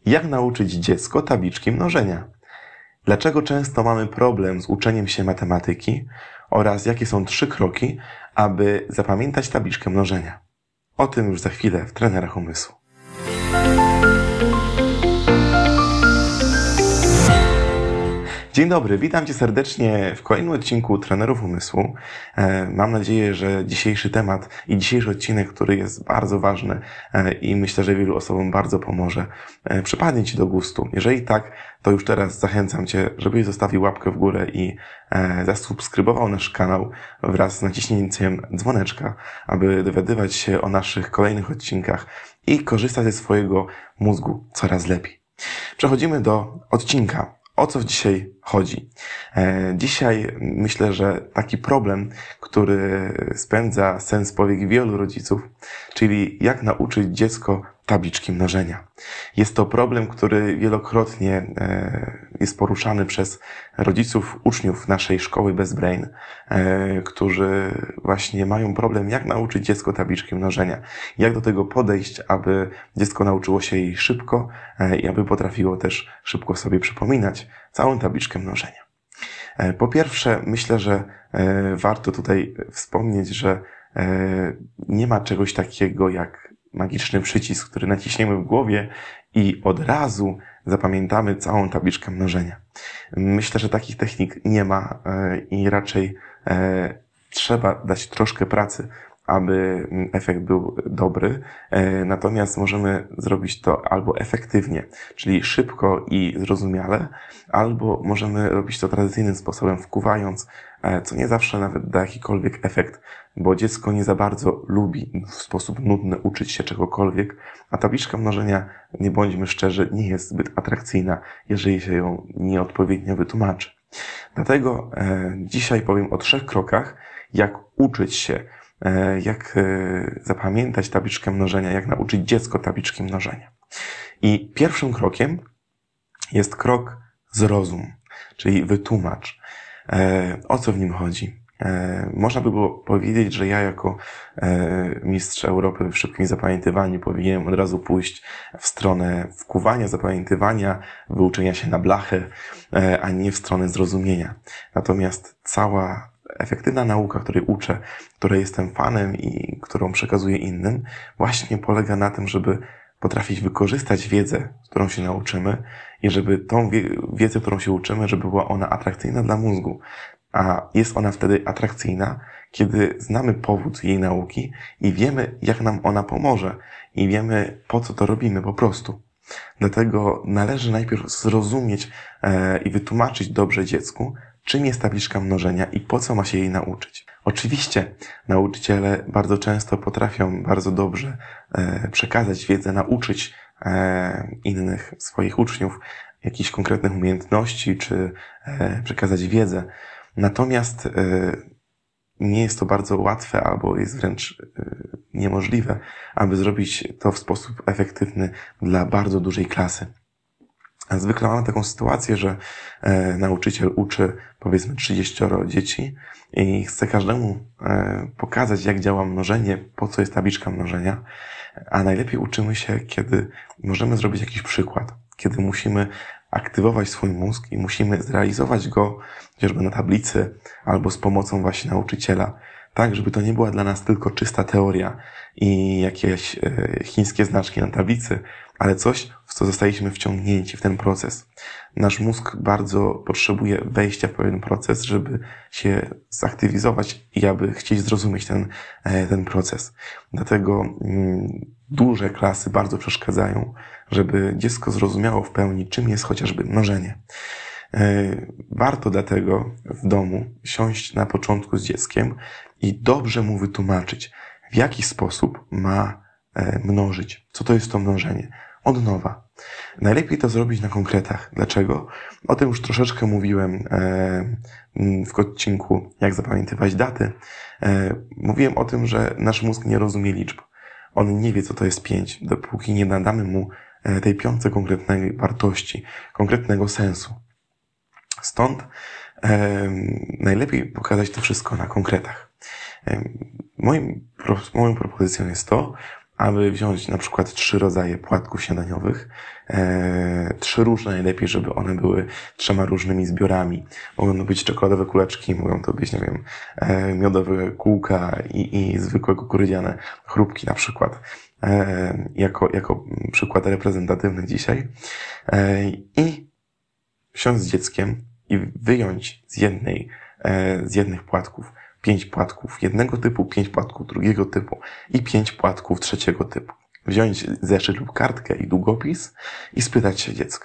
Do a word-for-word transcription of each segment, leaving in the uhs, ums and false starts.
Jak nauczyć dziecko tabliczki mnożenia? Dlaczego często mamy problem z uczeniem się matematyki oraz jakie są trzy kroki, aby zapamiętać tabliczkę mnożenia? O tym już za chwilę w Trenerach Umysłu. Dzień dobry, witam Cię serdecznie w kolejnym odcinku Trenerów Umysłu. Mam nadzieję, że dzisiejszy temat i dzisiejszy odcinek, który jest bardzo ważny i myślę, że wielu osobom bardzo pomoże, przypadnie Ci do gustu. Jeżeli tak, to już teraz zachęcam Cię, żebyś zostawił łapkę w górę i zasubskrybował nasz kanał wraz z naciśnięciem dzwoneczka, aby dowiadywać się o naszych kolejnych odcinkach i korzystać ze swojego mózgu coraz lepiej. Przechodzimy do odcinka. O co dzisiaj chodzi? Dzisiaj myślę, że taki problem, który spędza sens powiek wielu rodziców, czyli jak nauczyć dziecko tabliczki mnożenia. Jest to problem, który wielokrotnie jest poruszany przez rodziców, uczniów naszej szkoły BestBrain, którzy właśnie mają problem, jak nauczyć dziecko tabliczki mnożenia. Jak do tego podejść, aby dziecko nauczyło się jej szybko i aby potrafiło też szybko sobie przypominać całą tabliczkę mnożenia. Po pierwsze, myślę, że warto tutaj wspomnieć, że nie ma czegoś takiego jak magiczny przycisk, który naciśniemy w głowie i od razu zapamiętamy całą tabliczkę mnożenia. Myślę, że takich technik nie ma i raczej trzeba dać troszkę pracy, aby efekt był dobry. Natomiast możemy zrobić to albo efektywnie, czyli szybko i zrozumiale, albo możemy robić to tradycyjnym sposobem, wkuwając, co nie zawsze nawet da jakikolwiek efekt, bo dziecko nie za bardzo lubi w sposób nudny uczyć się czegokolwiek, a tabliczka mnożenia, nie bądźmy szczerzy, nie jest zbyt atrakcyjna, jeżeli się ją nieodpowiednio wytłumaczy. Dlatego e, dzisiaj powiem o trzech krokach, jak uczyć się, e, jak e, zapamiętać tabliczkę mnożenia, jak nauczyć dziecko tabliczki mnożenia. I pierwszym krokiem jest krok zrozum, czyli wytłumacz. E, o co w nim chodzi? E, można by było powiedzieć, że ja jako e, mistrz Europy w szybkim zapamiętywaniu powinienem od razu pójść w stronę wkuwania, zapamiętywania, wyuczenia się na blachę, e, a nie w stronę zrozumienia. Natomiast cała efektywna nauka, której uczę, której jestem fanem i którą przekazuję innym, właśnie polega na tym, żeby potrafić wykorzystać wiedzę, którą się nauczymy i żeby tą wiedzę, którą się uczymy, żeby była ona atrakcyjna dla mózgu. A jest ona wtedy atrakcyjna, kiedy znamy powód jej nauki i wiemy, jak nam ona pomoże i wiemy, po co to robimy po prostu. Dlatego należy najpierw zrozumieć e, i wytłumaczyć dobrze dziecku, czym jest tabliczka mnożenia i po co ma się jej nauczyć. Oczywiście nauczyciele bardzo często potrafią bardzo dobrze e, przekazać wiedzę, nauczyć e, innych swoich uczniów jakichś konkretnych umiejętności, czy e, przekazać wiedzę. Natomiast e, nie jest to bardzo łatwe, albo jest wręcz e, niemożliwe, aby zrobić to w sposób efektywny dla bardzo dużej klasy. A zwykle mamy taką sytuację, że e, nauczyciel uczy powiedzmy trzydzieścioro dzieci i chce każdemu e, pokazać, jak działa mnożenie, po co jest tabliczka mnożenia, a najlepiej uczymy się, kiedy możemy zrobić jakiś przykład, kiedy musimy aktywować swój mózg i musimy zrealizować go chociażby na tablicy albo z pomocą właśnie nauczyciela, tak, żeby to nie była dla nas tylko czysta teoria i jakieś e, chińskie znaczki na tablicy, ale coś, w co zostaliśmy wciągnięci w ten proces. Nasz mózg bardzo potrzebuje wejścia w pewien proces, żeby się zaktywizować i aby chcieć zrozumieć ten, e, ten proces. Dlatego mm, duże klasy bardzo przeszkadzają, żeby dziecko zrozumiało w pełni, czym jest chociażby mnożenie. Warto dlatego w domu siąść na początku z dzieckiem i dobrze mu wytłumaczyć, w jaki sposób ma mnożyć. Co to jest to mnożenie? Od nowa. Najlepiej to zrobić na konkretach. Dlaczego? O tym już troszeczkę mówiłem w odcinku Jak zapamiętywać daty. Mówiłem o tym, że nasz mózg nie rozumie liczb. On nie wie, co to jest pięć, dopóki nie nadamy mu tej piątce konkretnej wartości, konkretnego sensu. Stąd e, najlepiej pokazać to wszystko na konkretach. E, moim, pro, moją propozycją jest to, aby wziąć na przykład trzy rodzaje płatków śniadaniowych, e, trzy różne najlepiej, żeby one były trzema różnymi zbiorami. Mogą to być czekoladowe kuleczki, mogą to być, nie wiem, e, miodowe kółka i, i zwykłe kukurydziane chrupki na przykład. E, jako, jako przykład reprezentatywny dzisiaj. E, I wsiąść z dzieckiem i wyjąć z jednej, e, z jednych płatków pięć płatków jednego typu, pięć płatków drugiego typu i pięć płatków trzeciego typu. Wziąć zeszyt lub kartkę i długopis i spytać się dziecka,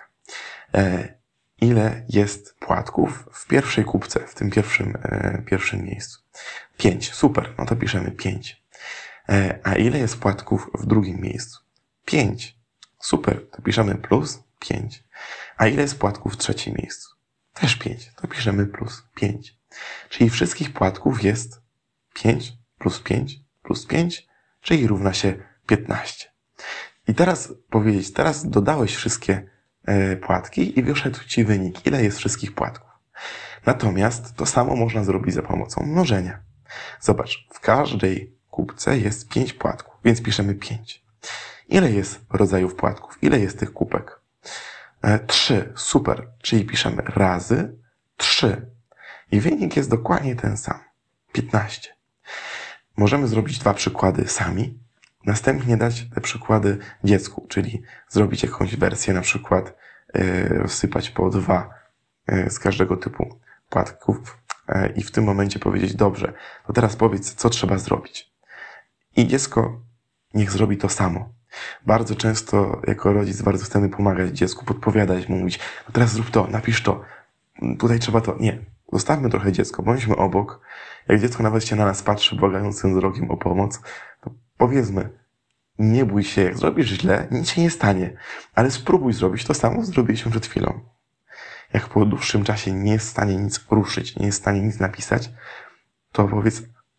e, ile jest płatków w pierwszej kubce, w tym pierwszym, e, pierwszym miejscu. Pięć. Super. No to piszemy pięć. E, a ile jest płatków w drugim miejscu? Pięć. Super. To piszemy plus pięć. A ile jest płatków w trzecim miejscu? Też pięć. To piszemy plus pięć. Czyli wszystkich płatków jest pięć plus pięć plus pięć, czyli równa się piętnaście. I teraz powiedzieć, teraz dodałeś wszystkie e, płatki i wyszedł Ci wynik, ile jest wszystkich płatków. Natomiast to samo można zrobić za pomocą mnożenia. Zobacz, w każdej kubce jest pięć płatków, więc piszemy pięć. Ile jest rodzajów płatków? Ile jest tych kubek? E, trzy. Super. Czyli piszemy razy trzy. I wynik jest dokładnie ten sam. piętnaście. Możemy zrobić dwa przykłady sami, następnie dać te przykłady dziecku, czyli zrobić jakąś wersję, na przykład yy, rozsypać po dwa yy, z każdego typu płatków yy, i w tym momencie powiedzieć, dobrze, to teraz powiedz, co trzeba zrobić. I dziecko niech zrobi to samo. Bardzo często jako rodzic bardzo chcemy pomagać dziecku, podpowiadać mu, mówić, no teraz zrób to, napisz to, tutaj trzeba to. Nie. Zostawmy trochę dziecko, bądźmy obok. Jak dziecko nawet się na nas patrzy błagającym wzrokiem o pomoc, to powiedzmy, nie bój się, jak zrobisz źle, nic się nie stanie, ale spróbuj zrobić to samo, co zrobiliśmy przed chwilą. Jak po dłuższym czasie nie jest w stanie nic poruszyć, nie jest w stanie nic napisać, to powiedz,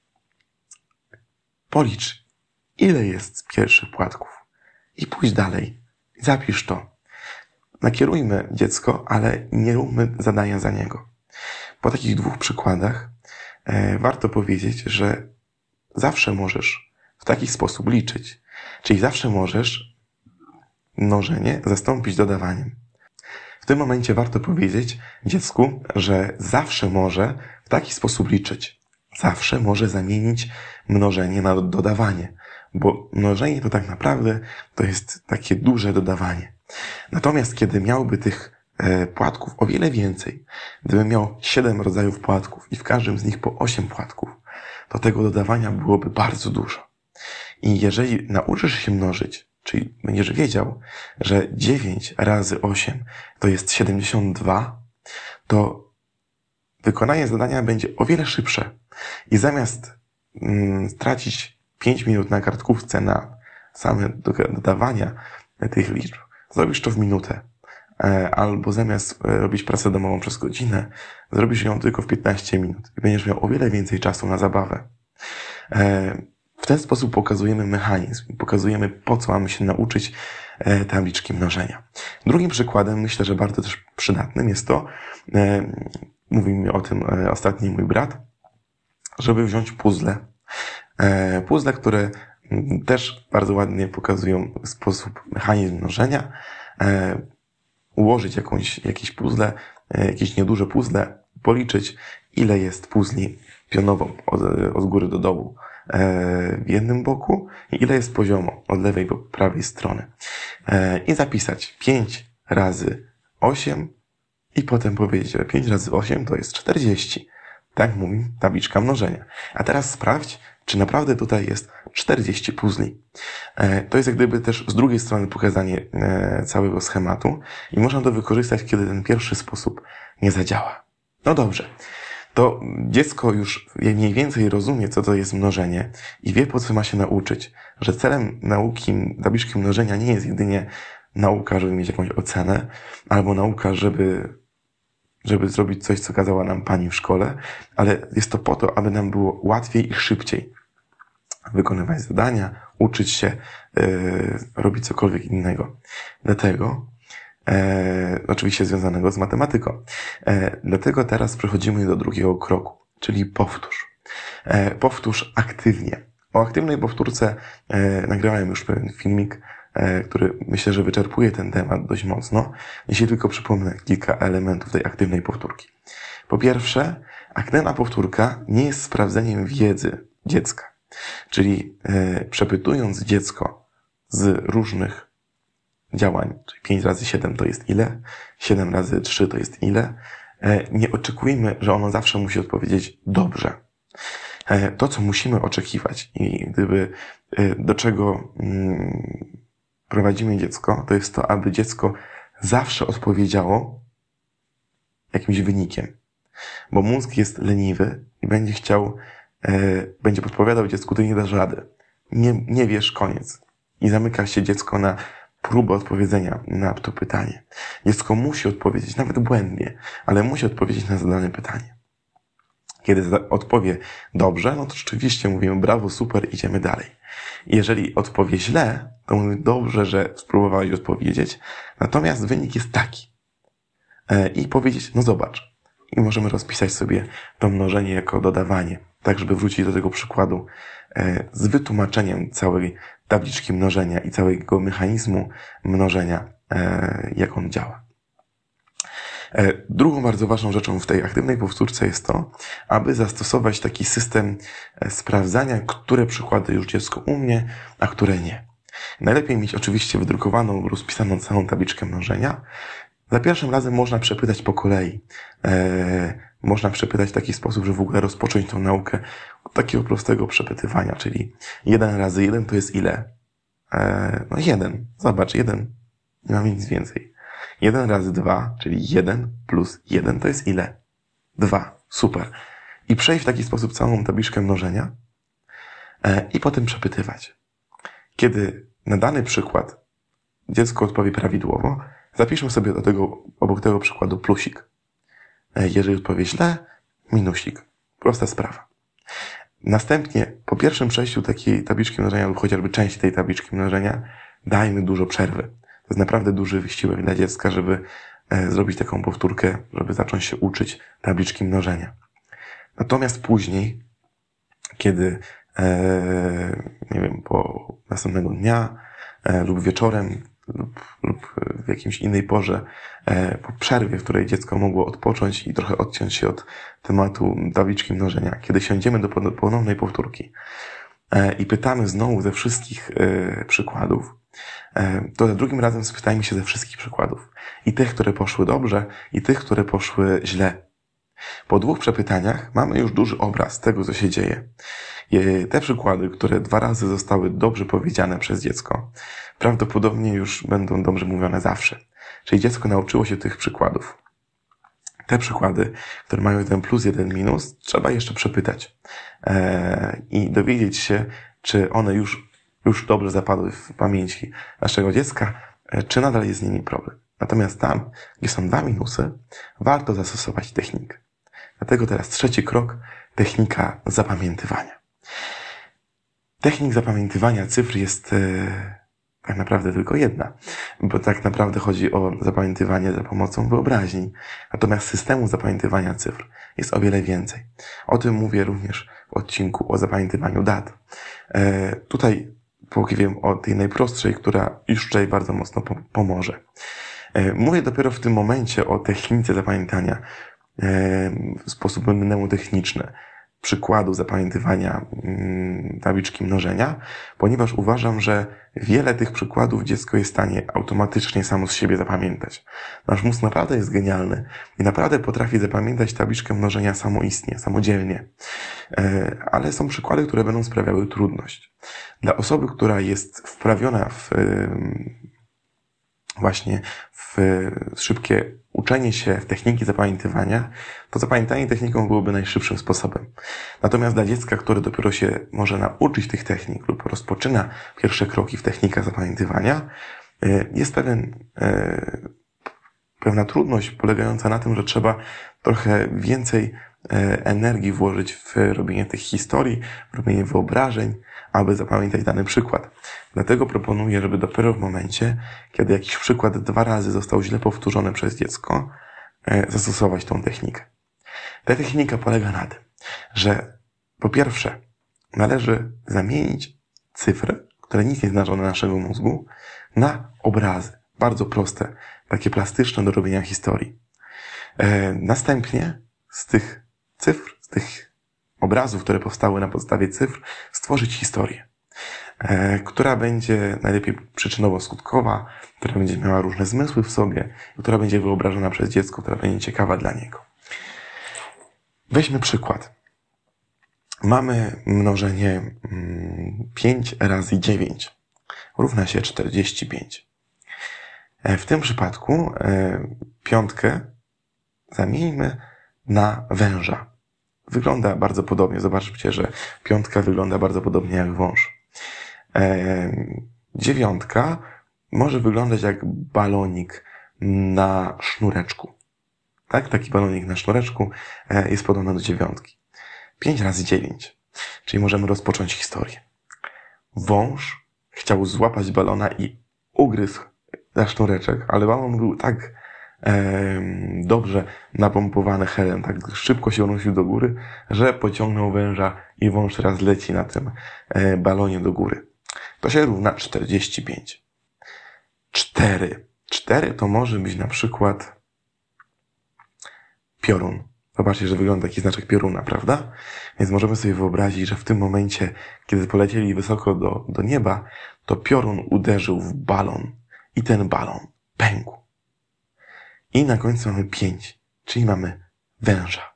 policz, ile jest pierwszych płatków i pójdź dalej. Zapisz to. Nakierujmy dziecko, ale nie róbmy zadania za niego. Po takich dwóch przykładach e, warto powiedzieć, że zawsze możesz w taki sposób liczyć. Czyli zawsze możesz mnożenie zastąpić dodawaniem. W tym momencie warto powiedzieć dziecku, że zawsze może w taki sposób liczyć. Zawsze może zamienić mnożenie na dodawanie, bo mnożenie to tak naprawdę to jest takie duże dodawanie. Natomiast kiedy miałby tych płatków o wiele więcej, gdybym miał siedem rodzajów płatków i w każdym z nich po osiem płatków, to tego dodawania byłoby bardzo dużo. I jeżeli nauczysz się mnożyć, czyli będziesz wiedział, że dziewięć razy osiem to jest siedemdziesiąt dwa, to wykonanie zadania będzie o wiele szybsze. I zamiast mm, stracić pięć minut na kartkówce na same dodawania tych liczb, zrobisz to w minutę. Albo zamiast robić pracę domową przez godzinę, zrobisz ją tylko w piętnaście minut i będziesz miał o wiele więcej czasu na zabawę. W ten sposób pokazujemy mechanizm, pokazujemy, po co mamy się nauczyć tabliczki mnożenia. Drugim przykładem, myślę, że bardzo też przydatnym jest to, mówił mi o tym ostatnio mój brat, żeby wziąć puzzle. Puzzle, które też bardzo ładnie pokazują sposób, mechanizm mnożenia, ułożyć jakąś, jakieś puzzle, jakieś nieduże puzzle, policzyć, ile jest puzli pionowo od, od góry do dołu w jednym boku i ile jest poziomo od lewej do prawej strony. I zapisać pięć razy osiem i potem powiedzieć, że pięć razy osiem to jest czterdzieści. Tak mówi tabliczka mnożenia. A teraz sprawdź, czy naprawdę tutaj jest czterdzieści puzli. To jest jak gdyby też z drugiej strony pokazanie całego schematu i można to wykorzystać, kiedy ten pierwszy sposób nie zadziała. No dobrze, to dziecko już mniej więcej rozumie, co to jest mnożenie i wie, po co ma się nauczyć, że celem nauki tabliczki mnożenia nie jest jedynie nauka, żeby mieć jakąś ocenę, albo nauka, żeby żeby zrobić coś, co kazała nam pani w szkole, ale jest to po to, aby nam było łatwiej i szybciej wykonywać zadania, uczyć się, yy, robić cokolwiek innego. Dlatego, e, oczywiście związanego z matematyką. E, dlatego teraz przechodzimy do drugiego kroku, czyli powtórz. E, powtórz aktywnie. O aktywnej powtórce e, nagrałem już pewien filmik, e, który myślę, że wyczerpuje ten temat dość mocno. Jeśli tylko przypomnę kilka elementów tej aktywnej powtórki. Po pierwsze, aktywna powtórka nie jest sprawdzeniem wiedzy dziecka. Czyli e, przepytując dziecko z różnych działań, czyli pięć razy siedem to jest ile, siedem razy trzy to jest ile, e, nie oczekujemy, że ono zawsze musi odpowiedzieć dobrze. E, to, co musimy oczekiwać i gdyby e, do czego mm, prowadzimy dziecko, to jest to, aby dziecko zawsze odpowiedziało jakimś wynikiem. Bo mózg jest leniwy i będzie chciał, e, będzie podpowiadał dziecku, ty nie dasz rady. Nie, nie wiesz, koniec. I zamyka się dziecko na próbę odpowiedzenia na to pytanie. Dziecko musi odpowiedzieć, nawet błędnie, ale musi odpowiedzieć na zadane pytanie. Kiedy odpowie dobrze, no to rzeczywiście mówimy brawo, super, idziemy dalej. Jeżeli odpowie źle, to mówimy dobrze, że spróbowałeś odpowiedzieć, natomiast wynik jest taki. E, I powiedzieć, no zobacz. I możemy rozpisać sobie to mnożenie jako dodawanie, tak żeby wrócić do tego przykładu e, z wytłumaczeniem całej tabliczki mnożenia i całego mechanizmu mnożenia, e, jak on działa. E, drugą bardzo ważną rzeczą w tej aktywnej powtórce jest to, aby zastosować taki system e, sprawdzania, które przykłady już dziecko umie, a które nie. Najlepiej mieć oczywiście wydrukowaną, rozpisaną całą tabliczkę mnożenia. Za pierwszym razem można przepytać po kolei. E, można przepytać w taki sposób, że w ogóle rozpocząć tą naukę od takiego prostego przepytywania, czyli jeden razy jeden to jest ile? E, no jeden. Zobacz, jeden. Nie mamy nic więcej. jeden razy dwa, czyli jeden plus jeden to jest ile? dwa. Super. I przejść w taki sposób całą tabliczkę mnożenia e, i potem przepytywać. Kiedy na dany przykład dziecko odpowie prawidłowo, zapiszmy sobie do tego, obok tego przykładu plusik. Jeżeli odpowie źle, minusik. Prosta sprawa. Następnie, po pierwszym przejściu takiej tabliczki mnożenia lub chociażby części tej tabliczki mnożenia, dajmy dużo przerwy. To jest naprawdę duży wysiłek dla dziecka, żeby e, zrobić taką powtórkę, żeby zacząć się uczyć tabliczki mnożenia. Natomiast później, kiedy, e, nie wiem, po następnego dnia e, lub wieczorem, lub, lub w jakiejś innej porze, e, po przerwie, w której dziecko mogło odpocząć i trochę odciąć się od tematu tabliczki mnożenia, kiedy siądziemy do ponownej powtórki e, i pytamy znowu ze wszystkich e, przykładów, e, to za drugim razem spytajmy się ze wszystkich przykładów. I tych, które poszły dobrze, i tych, które poszły źle. Po dwóch przepytaniach mamy już duży obraz tego, co się dzieje. Te przykłady, które dwa razy zostały dobrze powiedziane przez dziecko, prawdopodobnie już będą dobrze mówione zawsze. Czyli dziecko nauczyło się tych przykładów. Te przykłady, które mają jeden plus, jeden minus, trzeba jeszcze przepytać eee, i dowiedzieć się, czy one już, już dobrze zapadły w pamięci naszego dziecka, czy nadal jest z nimi problem. Natomiast tam, gdzie są dwa minusy, warto zastosować technikę. Dlatego teraz trzeci krok, technika zapamiętywania. Technik zapamiętywania cyfr jest e, tak naprawdę tylko jedna, bo tak naprawdę chodzi o zapamiętywanie za pomocą wyobraźni. Natomiast systemu zapamiętywania cyfr jest o wiele więcej. O tym mówię również w odcinku o zapamiętywaniu dat. E, tutaj powiem o tej najprostszej, która już tutaj bardzo mocno po- pomoże. E, mówię dopiero w tym momencie o technice zapamiętania w sposób mnemotechniczny, przykładu zapamiętywania tabliczki mnożenia, ponieważ uważam, że wiele tych przykładów dziecko jest w stanie automatycznie samo z siebie zapamiętać. Nasz mózg naprawdę jest genialny i naprawdę potrafi zapamiętać tabliczkę mnożenia samoistnie, samodzielnie. Ale są przykłady, które będą sprawiały trudność. Dla osoby, która jest wprawiona w właśnie w szybkie uczenie się w techniki zapamiętywania, to zapamiętanie techniką byłoby najszybszym sposobem. Natomiast dla dziecka, które dopiero się może nauczyć tych technik lub rozpoczyna pierwsze kroki w technikach zapamiętywania, jest pewien, pewna trudność polegająca na tym, że trzeba trochę więcej energii włożyć w robienie tych historii, w robienie wyobrażeń, aby zapamiętać dany przykład. Dlatego proponuję, żeby dopiero w momencie, kiedy jakiś przykład dwa razy został źle powtórzony przez dziecko, zastosować tą technikę. Ta technika polega na tym, że po pierwsze należy zamienić cyfry, które nic nie znaczą dla naszego mózgu, na obrazy. Bardzo proste, takie plastyczne do robienia historii. E, następnie z tych cyfr, z tych obrazów, które powstały na podstawie cyfr, stworzyć historię, e, która będzie najlepiej przyczynowo-skutkowa, która będzie miała różne zmysły w sobie, która będzie wyobrażona przez dziecko, która będzie ciekawa dla niego. Weźmy przykład. Mamy mnożenie pięć razy dziewięć równa się czterdzieści pięć. W tym przypadku piątkę zamieńmy na węża. Wygląda bardzo podobnie. Zobaczcie, że piątka wygląda bardzo podobnie jak wąż. Dziewiątka może wyglądać jak balonik na sznureczku. Tak? Taki balonik na sznureczku jest podobny do dziewiątki. pięć razy dziewięć. Czyli możemy rozpocząć historię. Wąż chciał złapać balona i ugryzł za sznureczek, ale balon był tak e, dobrze napompowany helem, tak szybko się unosił do góry, że pociągnął węża i wąż teraz leci na tym e, balonie do góry. To się równa czterdzieści pięć. cztery. cztery to może być na przykład piorun. Zobaczcie, że wygląda taki znaczek pioruna, prawda? Więc możemy sobie wyobrazić, że w tym momencie, kiedy polecieli wysoko do, do nieba, to piorun uderzył w balon i ten balon pękł. I na końcu mamy pięć, czyli mamy węża.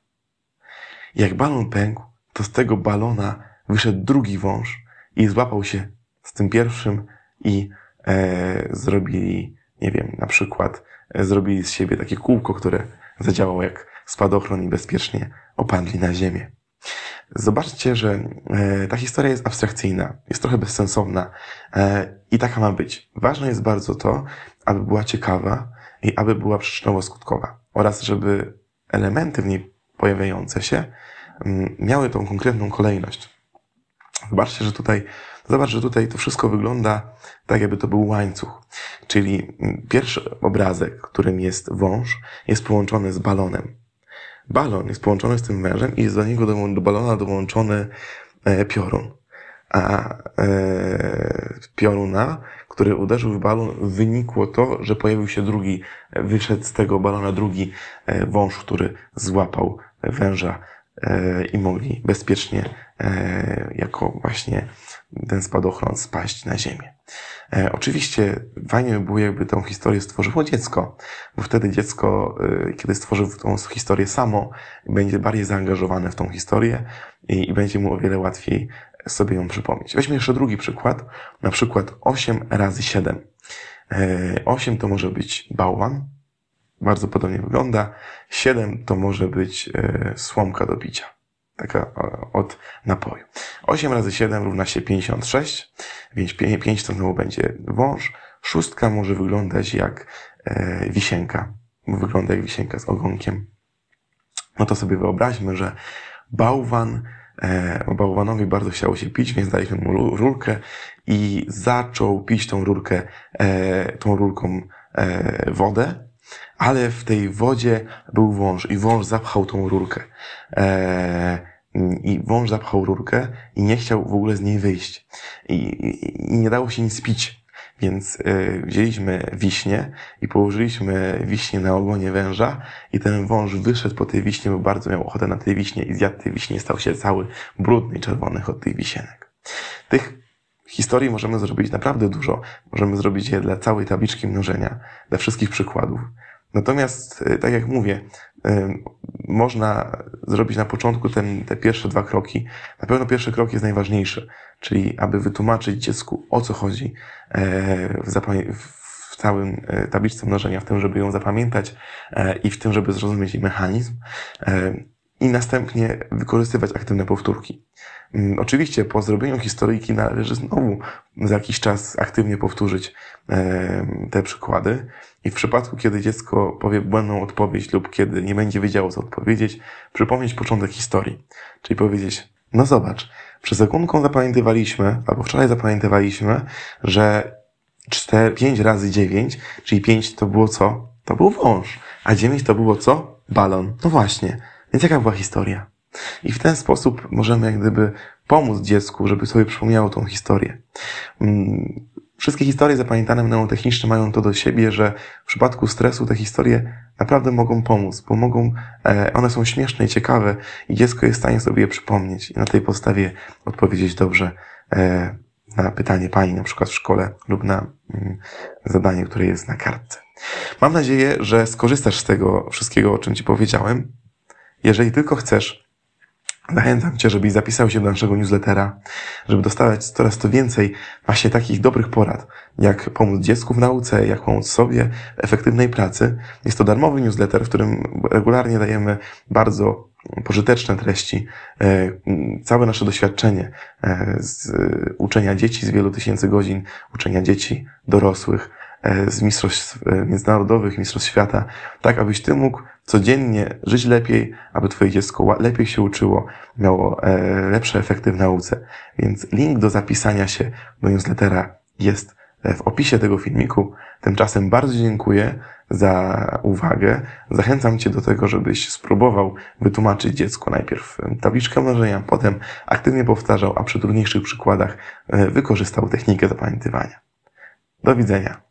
Jak balon pękł, to z tego balona wyszedł drugi wąż i złapał się z tym pierwszym i e, zrobili, nie wiem, na przykład e, zrobili z siebie takie kółko, które zadziałało jak spadochron i bezpiecznie opadli na ziemię. Zobaczcie, że e, ta historia jest abstrakcyjna, jest trochę bezsensowna e, i taka ma być. Ważne jest bardzo to, aby była ciekawa i aby była przyczynowo-skutkowa oraz żeby elementy w niej pojawiające się m, miały tą konkretną kolejność. Zobaczcie, że tutaj, zobacz, że tutaj to wszystko wygląda tak, jakby to był łańcuch. Czyli pierwszy obrazek, którym jest wąż, jest połączony z balonem. Balon jest połączony z tym wężem i jest do niego, do, do balona dołączony e, piorun. A e, pioruna, który uderzył w balon, wynikło to, że pojawił się drugi, wyszedł z tego balona drugi e, wąż, który złapał węża e, i mogli bezpiecznie e, jako właśnie ten spadochron spaść na ziemię. E, oczywiście fajnie by było, jakby tę historię stworzyło dziecko, bo wtedy dziecko, e, kiedy stworzy tą historię samo, będzie bardziej zaangażowane w tą historię i, i będzie mu o wiele łatwiej sobie ją przypomnieć. Weźmy jeszcze drugi przykład, na przykład osiem razy siedem. E, osiem to może być bałwan, bardzo podobnie wygląda. siedem to może być e, słomka do picia. Taka od napoju. osiem razy siedem równa się pięćdziesiąt sześć, więc pięć to znowu będzie wąż. Szóstka może wyglądać jak e, wisienka. Wygląda jak wisienka z ogonkiem. No to sobie wyobraźmy, że bałwan, e, bałwanowi bardzo chciało się pić, więc daliśmy mu rurkę i zaczął pić tą rurkę, e, tą rurką e, wodę, ale w tej wodzie był wąż i wąż zapchał tą rurkę. E, I wąż zapchał rurkę i nie chciał w ogóle z niej wyjść. I, i, i nie dało się nic pić. Więc y, wzięliśmy wiśnię i położyliśmy wiśnię na ogonie węża i ten wąż wyszedł po tej wiśnie, bo bardzo miał ochotę na tej wiśnie i zjadł tej wiśnie, stał się cały brudny i czerwony od tych wisienek. Tych historii możemy zrobić naprawdę dużo. Możemy zrobić je dla całej tabliczki mnożenia, dla wszystkich przykładów. Natomiast, tak jak mówię, można zrobić na początku ten, te pierwsze dwa kroki. Na pewno pierwszy krok jest najważniejszy, czyli aby wytłumaczyć dziecku, o co chodzi w, zapamię- w całym tabliczce mnożenia, w tym, żeby ją zapamiętać i w tym, żeby zrozumieć jej mechanizm. I następnie wykorzystywać aktywne powtórki. Oczywiście po zrobieniu historyjki należy znowu za jakiś czas aktywnie powtórzyć te przykłady i w przypadku, kiedy dziecko powie błędną odpowiedź lub kiedy nie będzie wiedziało, co odpowiedzieć, przypomnieć początek historii. Czyli powiedzieć, no zobacz, przed sekundką zapamiętywaliśmy, albo wczoraj zapamiętywaliśmy, że cztery, pięć razy dziewięć, czyli pięć to było co? To był wąż. A dziewięć to było co? Balon. No właśnie. Więc jaka była historia? I w ten sposób możemy jak gdyby pomóc dziecku, żeby sobie przypomniało tą historię. Wszystkie historie zapamiętane mnemotechniczne mają to do siebie, że w przypadku stresu te historie naprawdę mogą pomóc, bo mogą, one są śmieszne i ciekawe i dziecko jest w stanie sobie je przypomnieć i na tej podstawie odpowiedzieć dobrze na pytanie pani, na przykład w szkole lub na zadanie, które jest na kartce. Mam nadzieję, że skorzystasz z tego wszystkiego, o czym Ci powiedziałem. Jeżeli tylko chcesz, zachęcam Cię, żebyś zapisał się do naszego newslettera, żeby dostawać coraz to więcej właśnie takich dobrych porad, jak pomóc dziecku w nauce, jak pomóc sobie w efektywnej pracy. Jest to darmowy newsletter, w którym regularnie dajemy bardzo pożyteczne treści, całe nasze doświadczenie z uczenia dzieci z wielu tysięcy godzin, uczenia dzieci, dorosłych, z mistrzostw międzynarodowych, mistrzostw świata, tak abyś Ty mógł codziennie żyć lepiej, aby Twoje dziecko lepiej się uczyło, miało lepsze efekty w nauce. Więc link do zapisania się do newslettera jest w opisie tego filmiku. Tymczasem bardzo dziękuję za uwagę. Zachęcam Cię do tego, żebyś spróbował wytłumaczyć dziecku najpierw tabliczkę mnożenia, potem aktywnie powtarzał, a przy trudniejszych przykładach wykorzystał technikę zapamiętywania. Do widzenia.